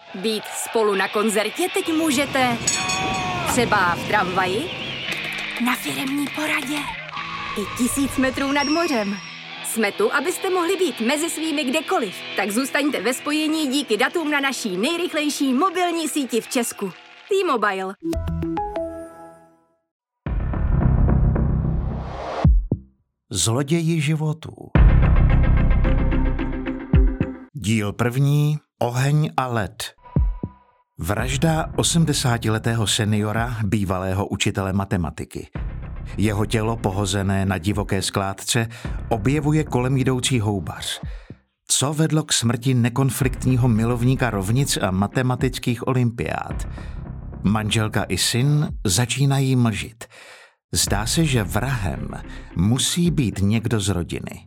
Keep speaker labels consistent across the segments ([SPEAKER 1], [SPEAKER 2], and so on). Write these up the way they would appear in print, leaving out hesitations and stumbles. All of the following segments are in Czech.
[SPEAKER 1] Být spolu na koncertě teď můžete třeba v tramvaji, na firemní poradě i 1000 metrů nad mořem. Jsme tu, abyste mohli být mezi svými kdekoliv. Tak zůstaňte ve spojení díky datům na naší nejrychlejší mobilní síti v Česku. T-Mobile.
[SPEAKER 2] Zloději životů. Díl 1. Oheň a led. Vražda 80letého seniora, bývalého učitele matematiky. Jeho tělo, pohozené na divoké skládce, objevuje kolem jdoucí houbař. Co vedlo k smrti nekonfliktního milovníka rovnic a matematických olympiád? Manželka i syn začínají mlžit. Zdá se, že vrahem musí být někdo z rodiny.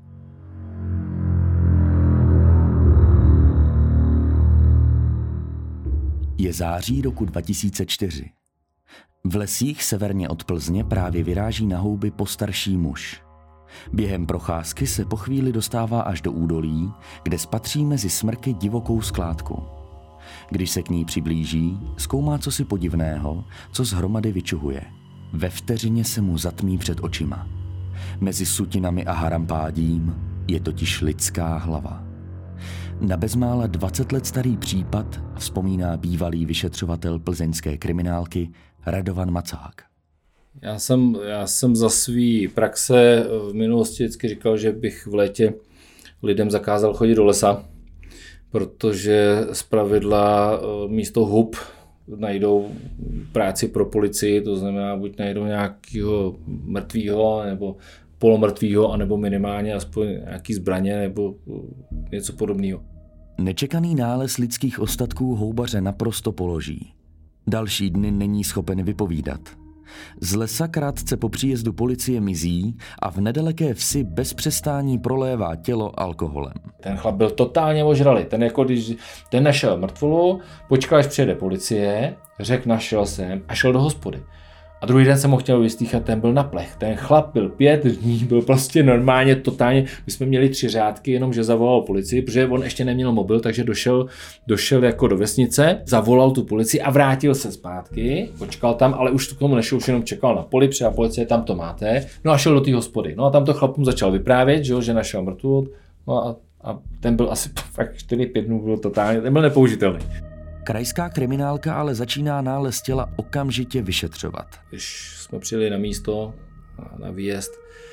[SPEAKER 3] Je září roku 2004. V lesích severně od Plzně právě vyráží na houby postarší muž. Během procházky se po chvíli dostává až do údolí, kde spatří mezi smrky divokou skládku. Když se k ní přiblíží, zkoumá cosi podivného, co z hromady vyčuhuje. Ve vteřině se mu zatmí před očima. Mezi sutinami a harampádím je totiž lidská hlava. Na bezmála 20 let starý případ vzpomíná bývalý vyšetřovatel plzeňské kriminálky Radovan Macák.
[SPEAKER 4] Já jsem za svý praxe v minulosti vždycky říkal, že bych v létě lidem zakázal chodit do lesa, protože zpravidla místo hub najdou práci pro policii, to znamená buď najdou nějakého mrtvýho nebo polomrtvýho, anebo minimálně aspoň nějaký zbraně nebo něco podobného.
[SPEAKER 3] Nečekaný nález lidských ostatků houbaře naprosto položí. Další dny není schopen vypovídat. Z lesa krátce po příjezdu policie mizí a v nedaleké vsi bez přestání prolévá tělo alkoholem.
[SPEAKER 4] Ten chlap byl totálně ožralý. Ten našel mrtvolu, počkal, až přijede policie, řekl našel jsem a šel do hospody. A druhý den jsem ho chtěl vystýchat, ten byl na plech. Ten chlap byl 5 dní, byl prostě normálně, totálně. My jsme měli 3 řádky, jenomže zavolal policii, protože on ještě neměl mobil, takže došel jako do vesnice, zavolal tu policii a vrátil se zpátky. Počkal tam, ale už k tomu nešel, už jenom čekal na poli, a policie, tam to máte. No a šel do té hospody. No a tam to chlapům začal vyprávět, že našel mrtvolu. No a ten byl asi fakt 4-5 dnů, byl totálně, ten byl nepoužitelný.
[SPEAKER 3] Krajská kriminálka ale začíná nález těla okamžitě vyšetřovat.
[SPEAKER 4] Když jsme přijeli na místo, na výjezd,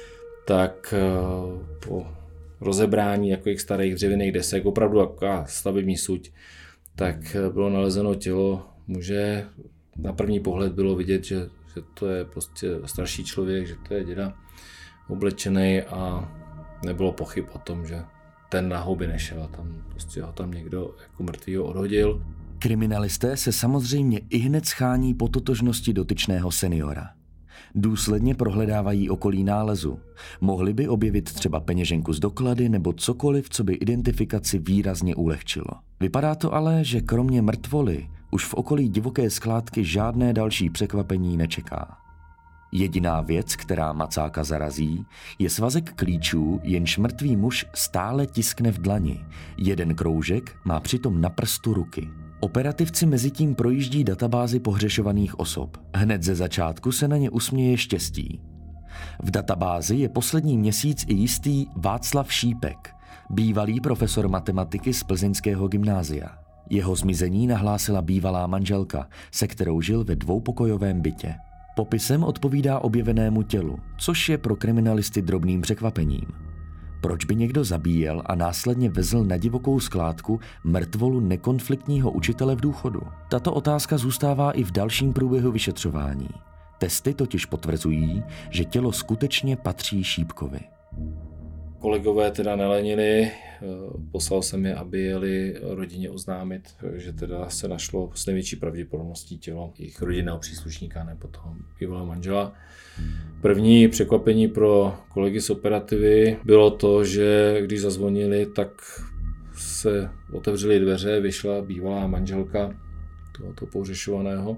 [SPEAKER 4] tak po rozebrání takových starých dřevěných desek, opravdu taková stavební suť, tak bylo nalezeno tělo muže. Na první pohled bylo vidět, že to je prostě starší člověk, že to je děda oblečený a nebylo pochyb o tom, že ten na houby nešel. Tam prostě ho tam někdo jako mrtvýho odhodil.
[SPEAKER 3] Kriminalisté se samozřejmě ihned schání po totožnosti dotyčného seniora. Důsledně prohledávají okolí nálezu. Mohli by objevit třeba peněženku z doklady nebo cokoliv, co by identifikaci výrazně ulehčilo. Vypadá to ale, že kromě mrtvoly už v okolí divoké skládky žádné další překvapení nečeká. Jediná věc, která Macáka zarazí, je svazek klíčů, jenž mrtvý muž stále tiskne v dlani. Jeden kroužek má přitom na prstu ruky. Operativci mezitím projíždí databázi pohřešovaných osob. Hned ze začátku se na ně usměje štěstí. V databázi je poslední měsíc i jistý Václav Šípek, bývalý profesor matematiky z plzeňského gymnázia. Jeho zmizení nahlásila bývalá manželka, se kterou žil ve dvoupokojovém bytě. Popisem odpovídá objevenému tělu, což je pro kriminalisty drobným překvapením. Proč by někdo zabíjel a následně vezl na divokou skládku mrtvolu nekonfliktního učitele v důchodu? Tato otázka zůstává i v dalším průběhu vyšetřování. Testy totiž potvrzují, že tělo skutečně patří Šípkovi.
[SPEAKER 4] Kolegové teda nelenili, poslal jsem je, aby jeli rodině oznámit, že teda se našlo s největší pravděpodobností tělo jejich rodinného příslušníka nebo toho bývalého manžela. První překvapení pro kolegy z operativy bylo to, že když zazvonili, tak se otevřely dveře, vyšla bývalá manželka tohoto pohřešovaného.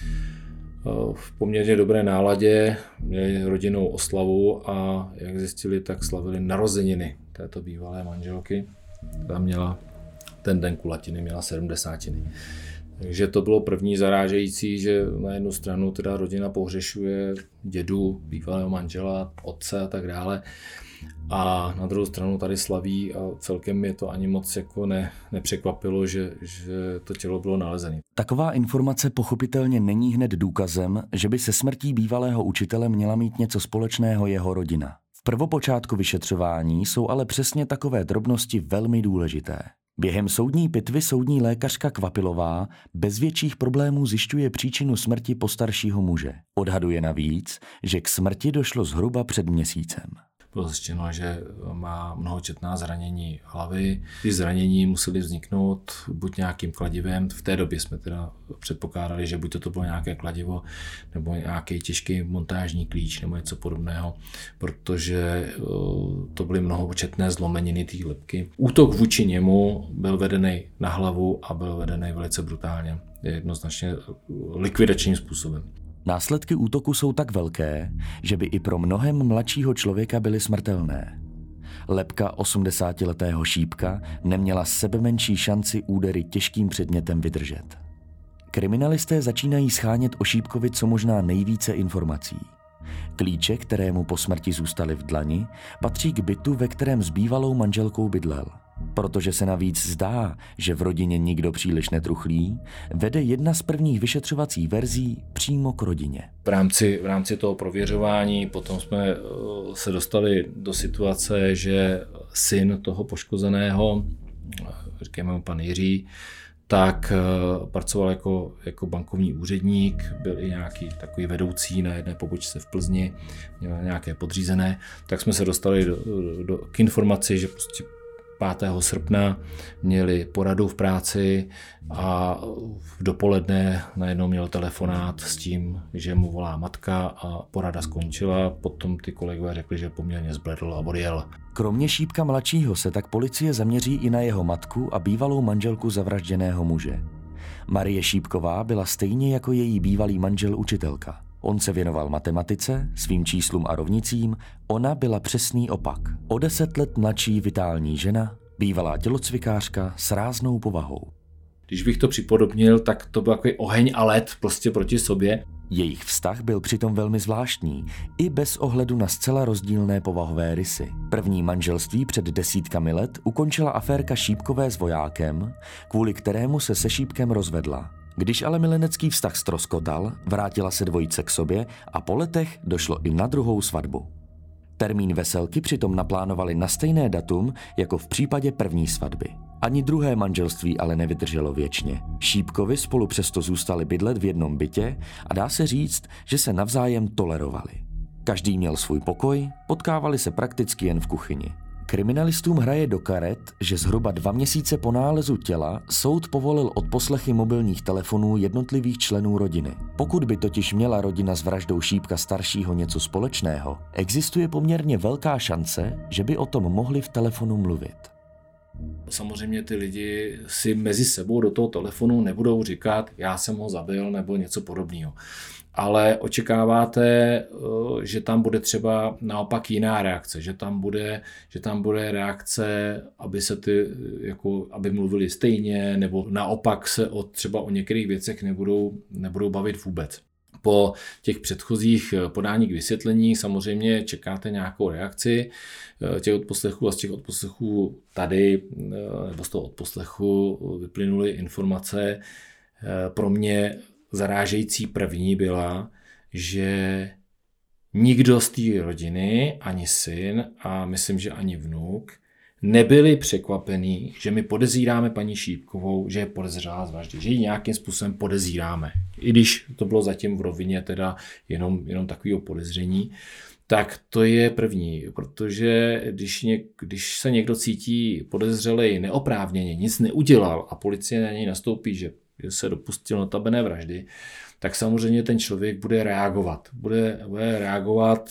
[SPEAKER 4] V poměrně dobré náladě, měli rodinnou oslavu a jak zjistili, tak slavili narozeniny této bývalé manželky. Ta měla ten den kulatiny měla 70. Takže to bylo první zarážející, že na jednu stranu teda rodina pohřešuje dědu, bývalého manžela, otce a tak dále. A na druhou stranu tady slaví a celkem mě to ani moc jako nepřekvapilo, že to tělo bylo nalezené.
[SPEAKER 3] Taková informace pochopitelně není hned důkazem, že by se smrtí bývalého učitele měla mít něco společného jeho rodina. V prvopočátku vyšetřování jsou ale přesně takové drobnosti velmi důležité. Během soudní pitvy soudní lékařka Kvapilová bez větších problémů zjišťuje příčinu smrti postaršího muže. Odhaduje navíc, že k smrti došlo zhruba před měsícem.
[SPEAKER 4] Bylo zjištěno, že má mnohočetná zranění hlavy. Ty zranění musely vzniknout buď nějakým kladivem, v té době jsme teda předpokládali, že buď to bylo nějaké kladivo, nebo nějaký těžký montážní klíč, nebo něco podobného, protože to byly mnohočetné zlomeniny té lebky. Útok vůči němu byl vedený na hlavu a byl vedený velice brutálně, jednoznačně likvidačním způsobem.
[SPEAKER 3] Následky útoku jsou tak velké, že by i pro mnohem mladšího člověka byly smrtelné. Lebka 80letého Šípka neměla sebemenší šanci údery těžkým předmětem vydržet. Kriminalisté začínají schánět o Šípkovi co možná nejvíce informací. Klíče, které mu po smrti zůstaly v dlani, patří k bytu, ve kterém s bývalou manželkou bydlel. Protože se navíc zdá, že v rodině nikdo příliš netruchlí, vede jedna z prvních vyšetřovacích verzí přímo k rodině.
[SPEAKER 4] V rámci toho prověřování potom jsme se dostali do situace, že syn toho poškozeného, říkáme mu pan Jiří, tak pracoval jako bankovní úředník, byl i nějaký takový vedoucí na jedné pobočce v Plzni, měl nějaké podřízené, tak jsme se dostali k informaci, že prostě 5. srpna měli poradu v práci a v dopoledne najednou měl telefonát s tím, že mu volá matka a porada skončila. Potom ty kolegové řekli, že poměrně zbledl a odjel.
[SPEAKER 3] Kromě Šípka mladšího se tak policie zaměří i na jeho matku a bývalou manželku zavražděného muže. Marie Šípková byla stejně jako její bývalý manžel učitelka. On se věnoval matematice, svým číslům a rovnicím, ona byla přesný opak. O 10 let mladší vitální žena, bývalá tělocvikářka s ráznou povahou.
[SPEAKER 4] Když bych to připodobnil, tak to byl takový oheň a led prostě proti sobě.
[SPEAKER 3] Jejich vztah byl přitom velmi zvláštní, i bez ohledu na zcela rozdílné povahové rysy. První manželství před desítkami let ukončila aférka Šípkové s vojákem, kvůli kterému se se Šípkem rozvedla. Když ale milenecký vztah ztroskotal, vrátila se dvojice k sobě a po letech došlo i na druhou svatbu. Termín veselky přitom naplánovali na stejné datum jako v případě první svatby. Ani druhé manželství ale nevydrželo věčně. Šípkovi spolu přesto zůstali bydlet v jednom bytě a dá se říct, že se navzájem tolerovali. Každý měl svůj pokoj, potkávali se prakticky jen v kuchyni. Kriminalistům hraje do karet, že zhruba 2 měsíce po nálezu těla soud povolil odposlechy mobilních telefonů jednotlivých členů rodiny. Pokud by totiž měla rodina s vraždou Šípka staršího něco společného, existuje poměrně velká šance, že by o tom mohli v telefonu mluvit.
[SPEAKER 4] Samozřejmě ty lidi si mezi sebou do toho telefonu nebudou říkat, já jsem ho zabil nebo něco podobného. Ale očekáváte, že tam bude třeba naopak jiná reakce, že tam bude reakce, aby se aby mluvili stejně, nebo naopak se třeba o některých věcech nebudou bavit vůbec. Po těch předchozích podání k vysvětlení samozřejmě čekáte nějakou reakci těch odposlechů a z těch odposlechů tady, nebo z toho odposlechu vyplynuly informace. Pro mě zarážející první byla, že nikdo z té rodiny, ani syn a myslím, že ani vnuk, nebyli překvapení, že my podezíráme paní Šípkovou, že je podezřelá z vraždy, že ji nějakým způsobem podezíráme. I když to bylo zatím v rovině teda jenom takového podezření, tak to je první, protože když se někdo cítí podezřelej neoprávněně, nic neudělal a policie na něj nastoupí, že se dopustil notabene vraždy, tak samozřejmě ten člověk bude reagovat. Bude reagovat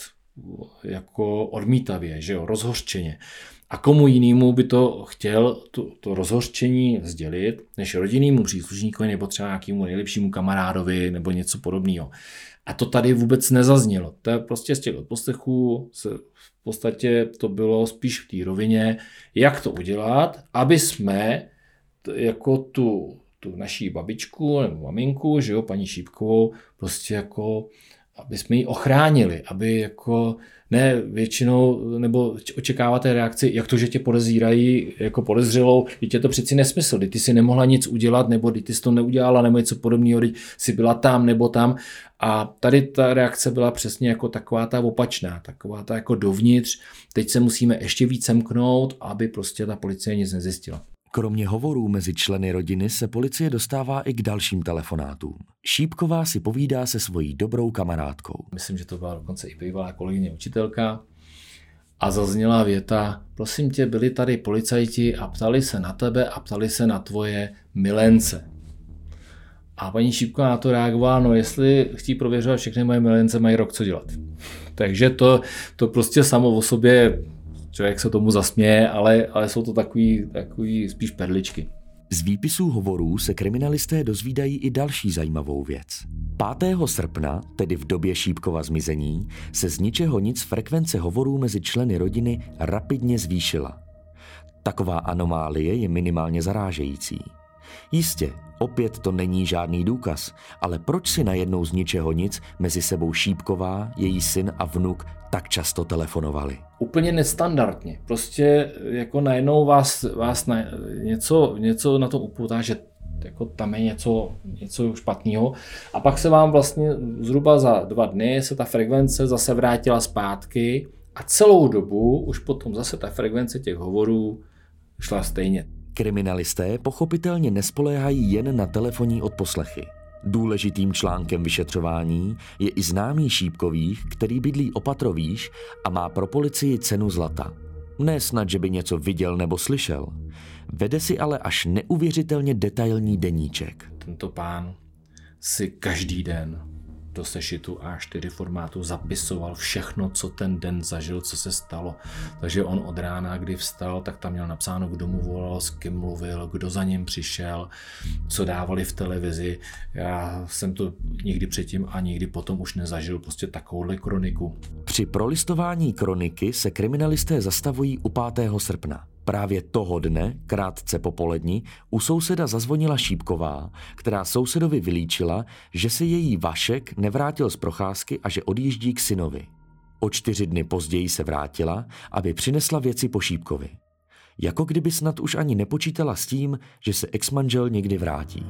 [SPEAKER 4] jako odmítavě, že jo, rozhořčeně. A komu jinému by to chtěl to rozhořčení sdělit, než rodinnému příslušníkovi nebo třeba nějakému nejlepšímu kamarádovi nebo něco podobného. A to tady vůbec nezaznělo. To je prostě z těch odposlechů v podstatě to bylo spíš v té rovině, jak to udělat, aby jsme jako tu naší babičku nebo maminku, že jo, paní Šípkovou, prostě jako, aby jsme ji ochránili, aby jako ne většinou, nebo očekáváte reakci, jak to, že tě podezírají jako podezřelou, teď je to přeci nesmysl, ty si nemohla nic udělat, nebo ty jsi to neudělala, nebo něco podobného, teď jsi byla tam nebo tam. A tady ta reakce byla přesně jako taková ta opačná, taková ta jako dovnitř, teď se musíme ještě víc semknout, aby prostě ta policie nic nezjistila.
[SPEAKER 3] Kromě hovorů mezi členy rodiny se policie dostává i k dalším telefonátům. Šípková si povídá se svojí dobrou kamarádkou.
[SPEAKER 4] Myslím, že to byla dokonce i bývalá kolegyně učitelka. A zazněla věta, prosím tě, byli tady policajti a ptali se na tebe a ptali se na tvoje milence. A paní Šípková na to reagovala, no jestli chtějí prověřovat všechny moje milence, mají rok co dělat. Takže to prostě samo o sobě, člověk se tomu zasměje, ale jsou to takový spíš perličky.
[SPEAKER 3] Z výpisů hovorů se kriminalisté dozvídají i další zajímavou věc. 5. srpna, tedy v době Šípkova zmizení, se z ničeho nic frekvence hovorů mezi členy rodiny rapidně zvýšila. Taková anomálie je minimálně zarážející. Jistě, opět to není žádný důkaz, ale proč si najednou z ničeho nic mezi sebou Šípková, její syn a vnuk tak často telefonovali?
[SPEAKER 4] Úplně nestandardně. Prostě jako najednou vás něco na tom upoutá, že jako tam je něco špatného. A pak se vám vlastně zhruba za 2 dny se ta frekvence zase vrátila zpátky a celou dobu už potom zase ta frekvence těch hovorů šla stejně.
[SPEAKER 3] Kriminalisté pochopitelně nespoléhají jen na telefonní odposlechy. Důležitým článkem vyšetřování je i známý Šípkových, který bydlí opatrovíš a má pro policii cenu zlata. Ne snad, že by něco viděl nebo slyšel. Vede si ale až neuvěřitelně detailní deníček.
[SPEAKER 4] Tento pán si každý den do sešitu A4 formátu zapisoval všechno, co ten den zažil, co se stalo. Takže on od rána, kdy vstal, tak tam měl napsáno, kdo mu volal, s kým mluvil, kdo za ním přišel, co dávali v televizi. Já jsem to nikdy předtím a nikdy potom už nezažil prostě takovouhle kroniku.
[SPEAKER 3] Při prolistování kroniky se kriminalisté zastavují u 5. srpna. Právě toho dne, krátce po poledni, u souseda zazvonila Šípková, která sousedovi vylíčila, že se její Vašek nevrátil z procházky a že odjíždí k synovi. O 4 dny později se vrátila, aby přinesla věci po Šípkovi. Jako kdyby snad už ani nepočítala s tím, že se exmanžel někdy vrátí.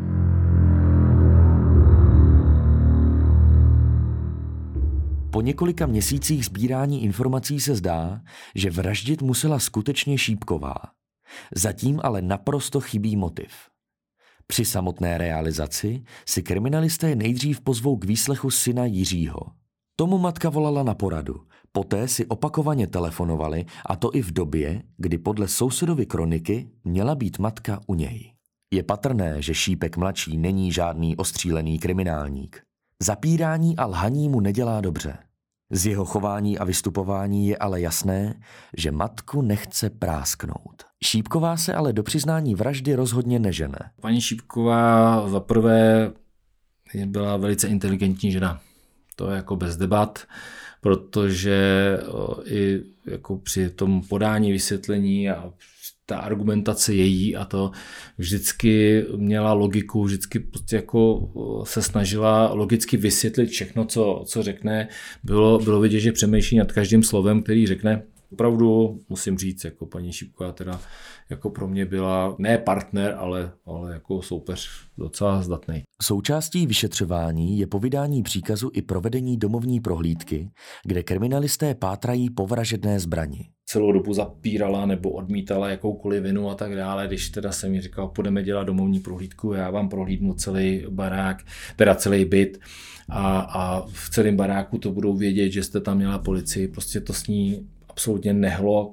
[SPEAKER 3] Po několika měsících sbírání informací se zdá, že vraždit musela skutečně Šípková. Zatím ale naprosto chybí motiv. Při samotné realizaci si kriminalisté nejdřív pozvou k výslechu syna Jiřího. Tomu matka volala na poradu. Poté si opakovaně telefonovali, a to i v době, kdy podle sousedovy kroniky měla být matka u něj. Je patrné, že Šípek mladší není žádný ostřílený kriminálník. Zapírání a lhaní mu nedělá dobře. Z jeho chování a vystupování je ale jasné, že matku nechce prásknout. Šípková se ale do přiznání vraždy rozhodně nežene.
[SPEAKER 4] Paní Šípková zaprvé byla velice inteligentní žena. To je jako bez debat, protože i jako při tom podání vysvětlení a ta argumentace její a to vždycky měla logiku, vždycky prostě jako se snažila logicky vysvětlit všechno, co řekne. Bylo vidět, že přemýšlí nad každým slovem, který řekne. Opravdu musím říct, jako paní Šípková teda jako pro mě byla ne partner, ale jako soupeř docela zdatný.
[SPEAKER 3] Součástí vyšetřování je po vydání příkazu i provedení domovní prohlídky, kde kriminalisté pátrají po vražedné zbrani.
[SPEAKER 4] Celou dobu zapírala nebo odmítala jakoukoliv vinu a tak dále, když teda jsem jí říkal, půjdeme dělat domovní prohlídku, já vám prohlídnu celý barák, teda celý byt a v celém baráku to budou vědět, že jste tam měla policii, prostě to s ní absolutně nehlo,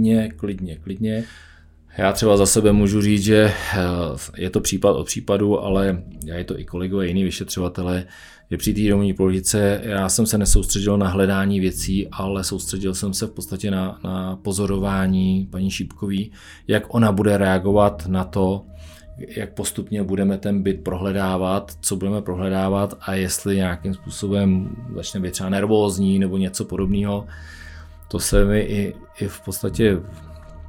[SPEAKER 4] klidně. Já třeba za sebe můžu říct, že je to případ od případu, ale já je to i kolegové jiný vyšetřovatelé, že při té domovní prohlídce já jsem se nesoustředil na hledání věcí, ale soustředil jsem se v podstatě na pozorování paní Šípkový, jak ona bude reagovat na to, jak postupně budeme ten byt prohledávat, co budeme prohledávat a jestli nějakým způsobem začne být třeba nervózní nebo něco podobného. To se mi i v podstatě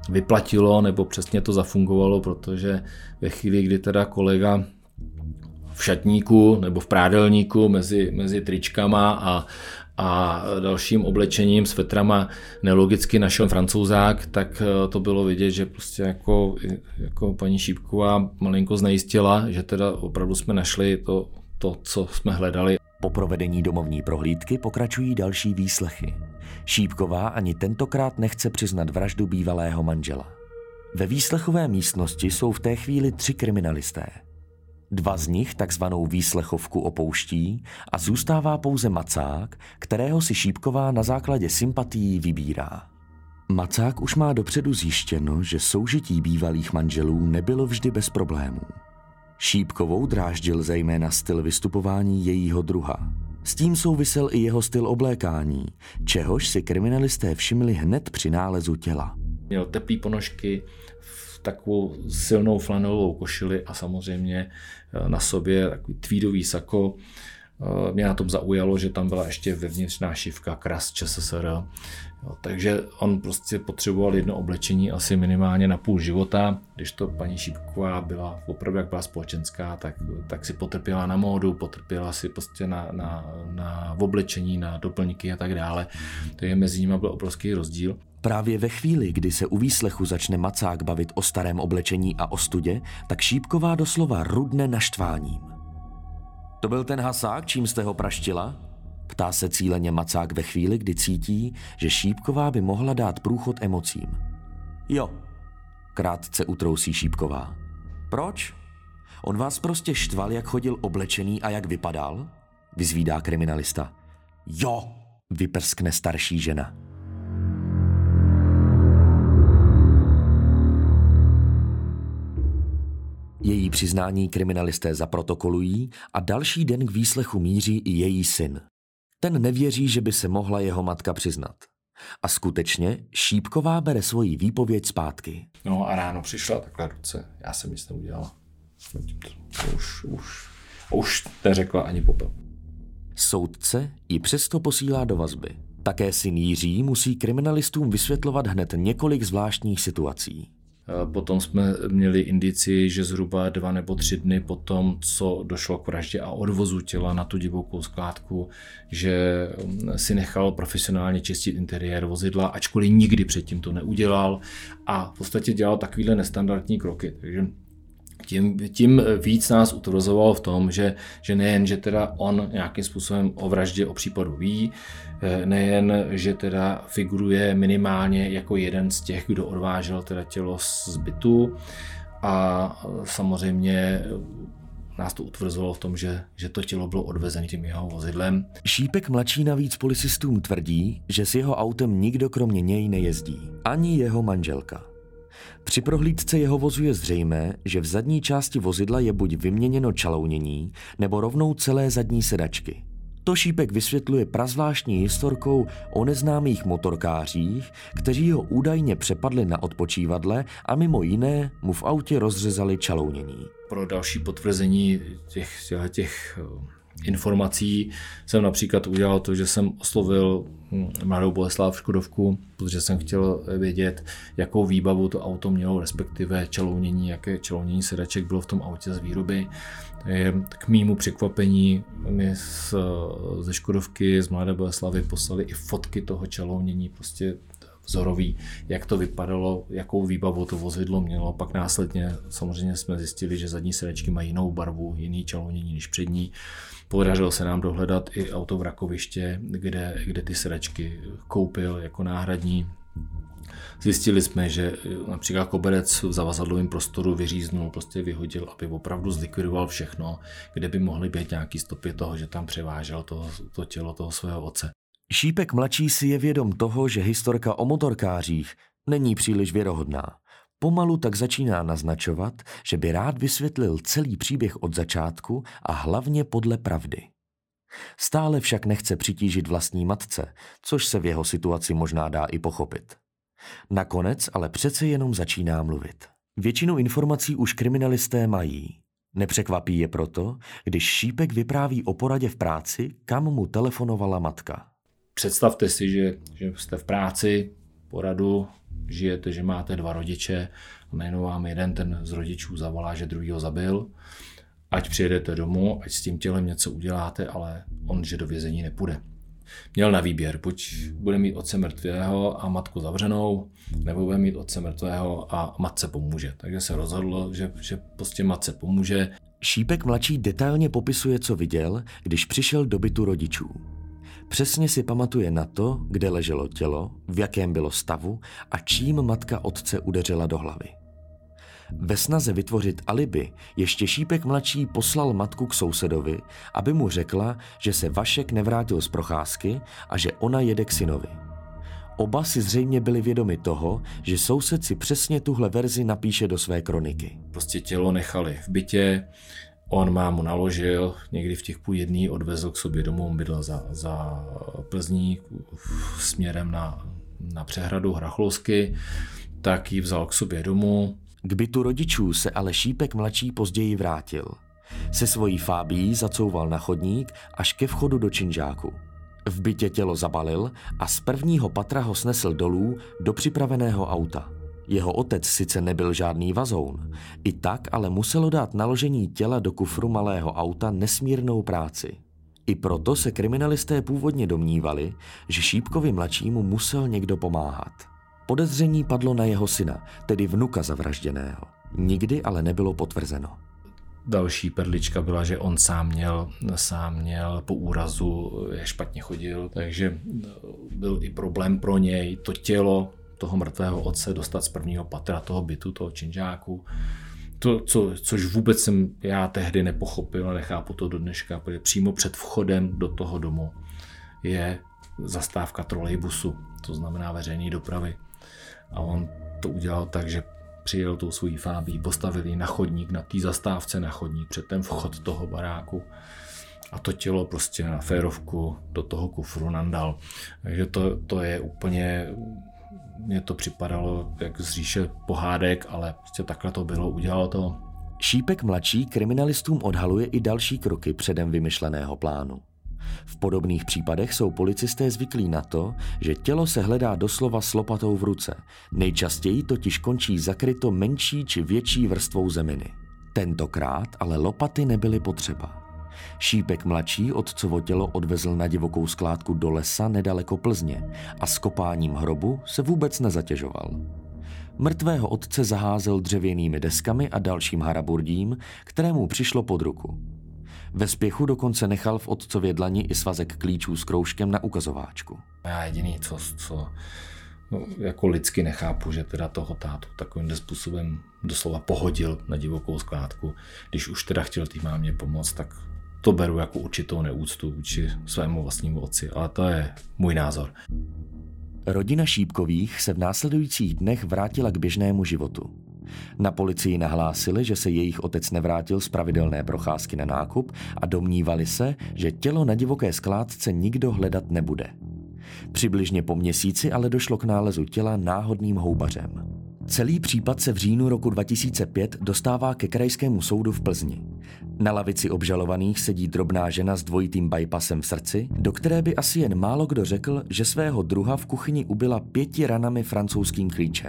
[SPEAKER 4] vyplatilo, nebo přesně to zafungovalo, protože ve chvíli, kdy teda kolega v šatníku nebo v prádelníku mezi tričkama a dalším oblečením, svetrama nelogicky našel Francouzák, tak to bylo vidět, že prostě jako paní Šípková malinko znejistila, že teda opravdu jsme našli to, co jsme hledali.
[SPEAKER 3] Po provedení domovní prohlídky pokračují další výslechy. Šípková ani tentokrát nechce přiznat vraždu bývalého manžela. Ve výslechové místnosti jsou v té chvíli 3 kriminalisté. 2 z nich takzvanou výslechovku opouští a zůstává pouze Macák, kterého si Šípková na základě sympatií vybírá. Macák už má dopředu zjištěno, že soužití bývalých manželů nebylo vždy bez problémů. Šípkovou dráždil zejména styl vystupování jejího druha. S tím souvisel i jeho styl oblékání, čehož si kriminalisté všimli hned při nálezu těla.
[SPEAKER 4] Měl teplý ponožky, takovou silnou flanelovou košili a samozřejmě na sobě takový tweedový sako. Mě na tom zaujalo, že tam byla ještě vevnitř nášivka Kras ČSSR. Takže on prostě potřeboval jedno oblečení asi minimálně na půl života. Když to paní Šípková byla opravdu, jak byla společenská, tak si potrpěla na módu, potrpěla si prostě na oblečení, na doplňky a tak dále. Takže mezi nimi byl obrovský rozdíl.
[SPEAKER 3] Právě ve chvíli, kdy se u výslechu začne Macák bavit o starém oblečení a ostudě, tak Šípková doslova rudne naštváním. To byl ten hasák, čím jste ho praštila? Ptá se cíleně Macák ve chvíli, kdy cítí, že Šípková by mohla dát průchod emocím. Jo, krátce utrousí Šípková. Proč? On vás prostě štval, jak chodil oblečený a jak vypadal? Vyzvídá kriminalista. Jo, vyprskne starší žena. Její přiznání kriminalisté zaprotokolují a další den k výslechu míří i její syn. Ten nevěří, že by se mohla jeho matka přiznat. A skutečně Šípková bere svoji výpověď zpátky.
[SPEAKER 4] No a ráno přišla takhle ruce. Já jsem nic neudělala. Už neřekla ani popel.
[SPEAKER 3] Soudce ji přesto posílá do vazby. Také syn Jiří musí kriminalistům vysvětlovat hned několik zvláštních situací.
[SPEAKER 4] Potom jsme měli indici, že zhruba 2 nebo 3 dny po tom, co došlo k vraždě a odvozu těla na tu divokou skládku, že si nechal profesionálně čistit interiér vozidla, ačkoliv nikdy předtím to neudělal a v podstatě dělal takovýhle nestandardní kroky. Takže tím víc nás utvrzoval v tom, že nejen, že teda on nějakým způsobem o vraždě, o případu ví, nejen, že teda figuruje minimálně jako jeden z těch, kdo odvážel teda tělo z bytu a samozřejmě nás to utvrzovalo v tom, že to tělo bylo odvezeno tím jeho vozidlem.
[SPEAKER 3] Šípek mladší navíc policistům tvrdí, že s jeho autem nikdo kromě něj nejezdí, ani jeho manželka. Při prohlídce jeho vozu je zřejmé, že v zadní části vozidla je buď vyměněno čalounění, nebo rovnou celé zadní sedačky. To Šípek vysvětluje prazvláštní historkou o neznámých motorkářích, kteří ho údajně přepadli na odpočívadle a mimo jiné mu v autě rozřezali čalounění.
[SPEAKER 4] Pro další potvrzení těch informací jsem například udělal to, že jsem oslovil Mladou Boleslav Škodovku, protože jsem chtěl vědět, jakou výbavu to auto mělo, respektive čalounění, jaké čalounění sedaček bylo v tom autě z výroby. K mému překvapení mi ze Škodovky, z Mladé Boleslavy poslali i fotky toho čalounění, prostě vzorový, jak to vypadalo, jakou výbavu to vozidlo mělo. Pak následně samozřejmě jsme zjistili, že zadní sedačky mají jinou barvu, jiný čalounění než přední. Podařilo se nám dohledat i auto v Rakoviště, kde ty sedačky koupil jako náhradní. Zjistili jsme, že například koberec v zavazadlovém prostoru vyříznul, prostě vyhodil, aby opravdu zlikvidoval všechno, kde by mohly být nějaký stopy toho, že tam převážel to tělo toho svého otce.
[SPEAKER 3] Šípek mladší si je vědom toho, že historka o motorkářích není příliš věrohodná. Pomalu tak začíná naznačovat, že by rád vysvětlil celý příběh od začátku a hlavně podle pravdy. Stále však nechce přitížit vlastní matce, což se v jeho situaci možná dá i pochopit. Nakonec ale přece jenom začíná mluvit. Většinu informací už kriminalisté mají. Nepřekvapí je proto, když Šípek vypráví o poradě v práci, kam mu telefonovala matka.
[SPEAKER 4] Představte si, že jste v práci, poradu, žijete, že máte 2 rodiče a najednou vám jeden ten z rodičů zavolá, že druhýho zabil, ať přijedete domů, ať s tím tělem něco uděláte, ale on, že do vězení nepůjde. Měl na výběr, buď bude mít otce mrtvého a matku zavřenou, nebo bude mít otce mrtvého a matce pomůže. Takže se rozhodl, že prostě matce pomůže.
[SPEAKER 3] Šípek mladší detailně popisuje, co viděl, když přišel do bytu rodičů. Přesně si pamatuje na to, kde leželo tělo, v jakém bylo stavu a čím matka otce udeřila do hlavy. Ve snaze vytvořit alibi ještě Šípek mladší poslal matku k sousedovi, aby mu řekla, že se Vašek nevrátil z procházky a že ona jede k synovi. Oba si zřejmě byli vědomi toho, že soused si přesně tuhle verzi napíše do své kroniky.
[SPEAKER 4] Prostě tělo nechali v bytě, on mámu naložil, někdy v těch 12:30 odvezl k sobě domů, on bydlel za Plzní směrem na přehradu Hrachlovsky, tak ji vzal k sobě domů.
[SPEAKER 3] K bytu rodičů se ale Šípek mladší později vrátil. Se svojí Fabií zacouval na chodník až ke vchodu do činžáku. V bytě tělo zabalil a z prvního patra ho snesl dolů do připraveného auta. Jeho otec sice nebyl žádný vazoun, i tak ale muselo dát naložení těla do kufru malého auta nesmírnou práci. I proto se kriminalisté původně domnívali, že Šípkovi mladšímu musel někdo pomáhat. Podezření padlo na jeho syna, tedy vnuka zavražděného. Nikdy ale nebylo potvrzeno.
[SPEAKER 4] Další perlička byla, že on sám měl po úrazu, špatně chodil, takže byl i problém pro něj to tělo toho mrtvého otce dostat z prvního patra toho bytu, toho činžáku. Což vůbec jsem já tehdy nepochopil a nechápu to do dneška, protože přímo před vchodem do toho domu je zastávka trolejbusu, to znamená veřejné dopravy. A on to udělal tak, že přijel tou svojí Fabii, postavil ji na chodník, na té zastávce na chodník před ten vchod toho baráku a to tělo prostě na férovku do toho kufru nandal. Takže to je úplně, mně to připadalo jak z říše pohádek, ale prostě takhle to bylo, udělal to.
[SPEAKER 3] Šípek mladší kriminalistům odhaluje i další kroky předem vymyšleného plánu. V podobných případech jsou policisté zvyklí na to, že tělo se hledá doslova s lopatou v ruce, nejčastěji totiž končí zakryto menší či větší vrstvou zeminy. Tentokrát ale lopaty nebyly potřeba. Šípek mladší otcovo tělo odvezl na divokou skládku do lesa nedaleko Plzně a s kopáním hrobu se vůbec nezatěžoval. Mrtvého otce zaházel dřevěnými deskami a dalším haraburdím, kterému přišlo pod ruku. Ve spěchu dokonce nechal v otcově dlani i svazek klíčů s kroužkem na ukazováčku.
[SPEAKER 4] Já jediný, co jako lidsky nechápu, že teda toho tátu takovým způsobem doslova pohodil na divokou skládku. Když už teda chtěl tý mámě pomoct, tak to beru jako určitou neúctu vůči svému vlastnímu otci, ale to je můj názor.
[SPEAKER 3] Rodina Šípkových se v následujících dnech vrátila k běžnému životu. Na policii nahlásili, že se jejich otec nevrátil z pravidelné procházky na nákup a domnívali se, že tělo na divoké skládce nikdo hledat nebude. Přibližně po měsíci ale došlo k nálezu těla náhodným houbařem. Celý případ se v říjnu roku 2005 dostává ke krajskému soudu v Plzni. Na lavici obžalovaných sedí drobná žena s dvojitým bypassem v srdci, do které by asi jen málo kdo řekl, že svého druha v kuchyni ubila 5 ranami francouzským klíčem.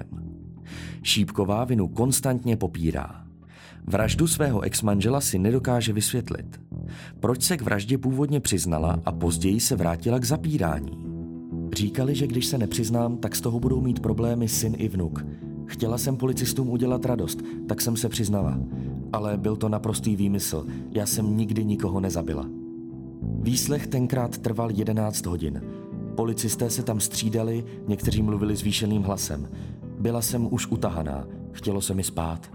[SPEAKER 3] Šípková vinu konstantně popírá. Vraždu svého exmanžela si nedokáže vysvětlit. Proč se k vraždě původně přiznala a později se vrátila k zapírání? Říkali, že když se nepřiznám, tak z toho budou mít problémy syn i vnuk. Chtěla jsem policistům udělat radost, tak jsem se přiznala. Ale byl to naprostý výmysl, já jsem nikdy nikoho nezabila. Výslech tenkrát trval 11 hodin. Policisté se tam střídali, někteří mluvili zvýšeným hlasem. Byla jsem už utahaná, chtělo se mi spát.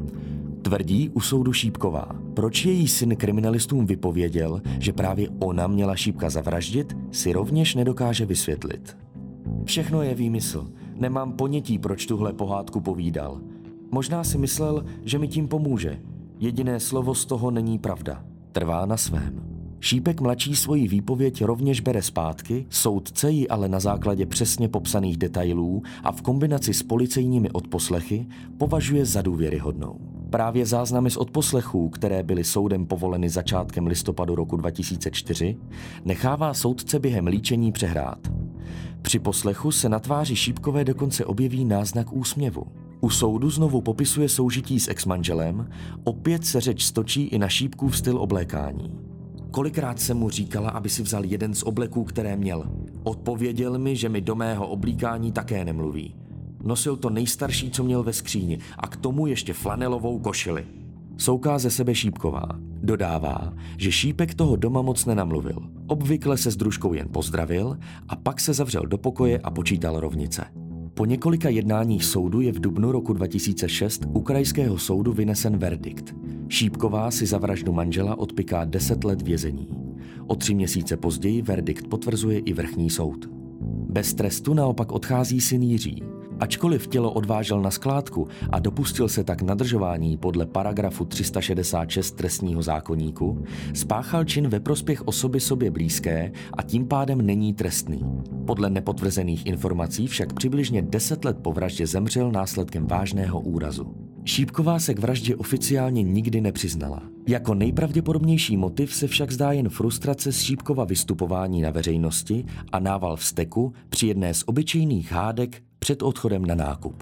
[SPEAKER 3] Tvrdí u soudu Šípková. Proč její syn kriminalistům vypověděl, že právě ona měla Šípka zavraždit, si rovněž nedokáže vysvětlit. Všechno je výmysl. Nemám ponětí, proč tuhle pohádku povídal. Možná si myslel, že mi tím pomůže. Jediné slovo z toho není pravda. Trvá na svém. Šípek mladší svoji výpověď rovněž bere zpátky, soudce ji ale na základě přesně popsaných detailů a v kombinaci s policejními odposlechy považuje za důvěryhodnou. Právě záznamy z odposlechů, které byly soudem povoleny začátkem listopadu roku 2004, nechává soudce během líčení přehrát. Při poslechu se na tváři Šípkové dokonce objeví náznak úsměvu. U soudu znovu popisuje soužití s exmanželem, opět se řeč stočí i na Šípkův styl oblékání. Kolikrát jsem mu říkala, aby si vzal jeden z obleků, které měl. Odpověděl mi, že mi do mého oblíkání také nemluví. Nosil to nejstarší, co měl ve skříni, a k tomu ještě flanelovou košili. Souká ze sebe Šípková. Dodává, že Šípek toho doma moc nenamluvil. Obvykle se s družkou jen pozdravil a pak se zavřel do pokoje a počítal rovnice. Po několika jednáních soudu je v dubnu roku 2006 u krajského soudu vynesen verdikt. Šípková si za vraždu manžela odpiká 10 let vězení. O 3 měsíce později verdikt potvrzuje i vrchní soud. Bez trestu naopak odchází syn Jiří. Ačkoliv tělo odvážel na skládku a dopustil se tak nadržování podle paragrafu 366 trestního zákoníku, spáchal čin ve prospěch osoby sobě blízké a tím pádem není trestný. Podle nepotvrzených informací však přibližně 10 let po vraždě zemřel následkem vážného úrazu. Šípková se k vraždě oficiálně nikdy nepřiznala. Jako nejpravděpodobnější motiv se však zdá jen frustrace z Šípkova vystupování na veřejnosti a nával vzteku při jedné z obyčejných hádek před odchodem na nákup.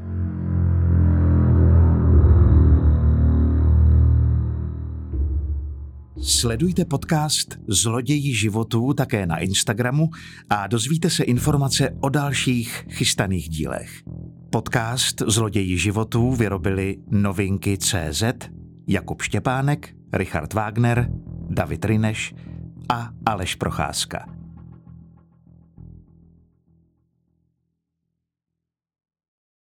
[SPEAKER 2] Sledujte podcast Zloději životů také na Instagramu a dozvíte se informace o dalších chystaných dílech. Podcast Zloději životů vyrobili Novinky.cz, Jakub Štěpánek, Richard Wagner, David Ryneš a Aleš Procházka.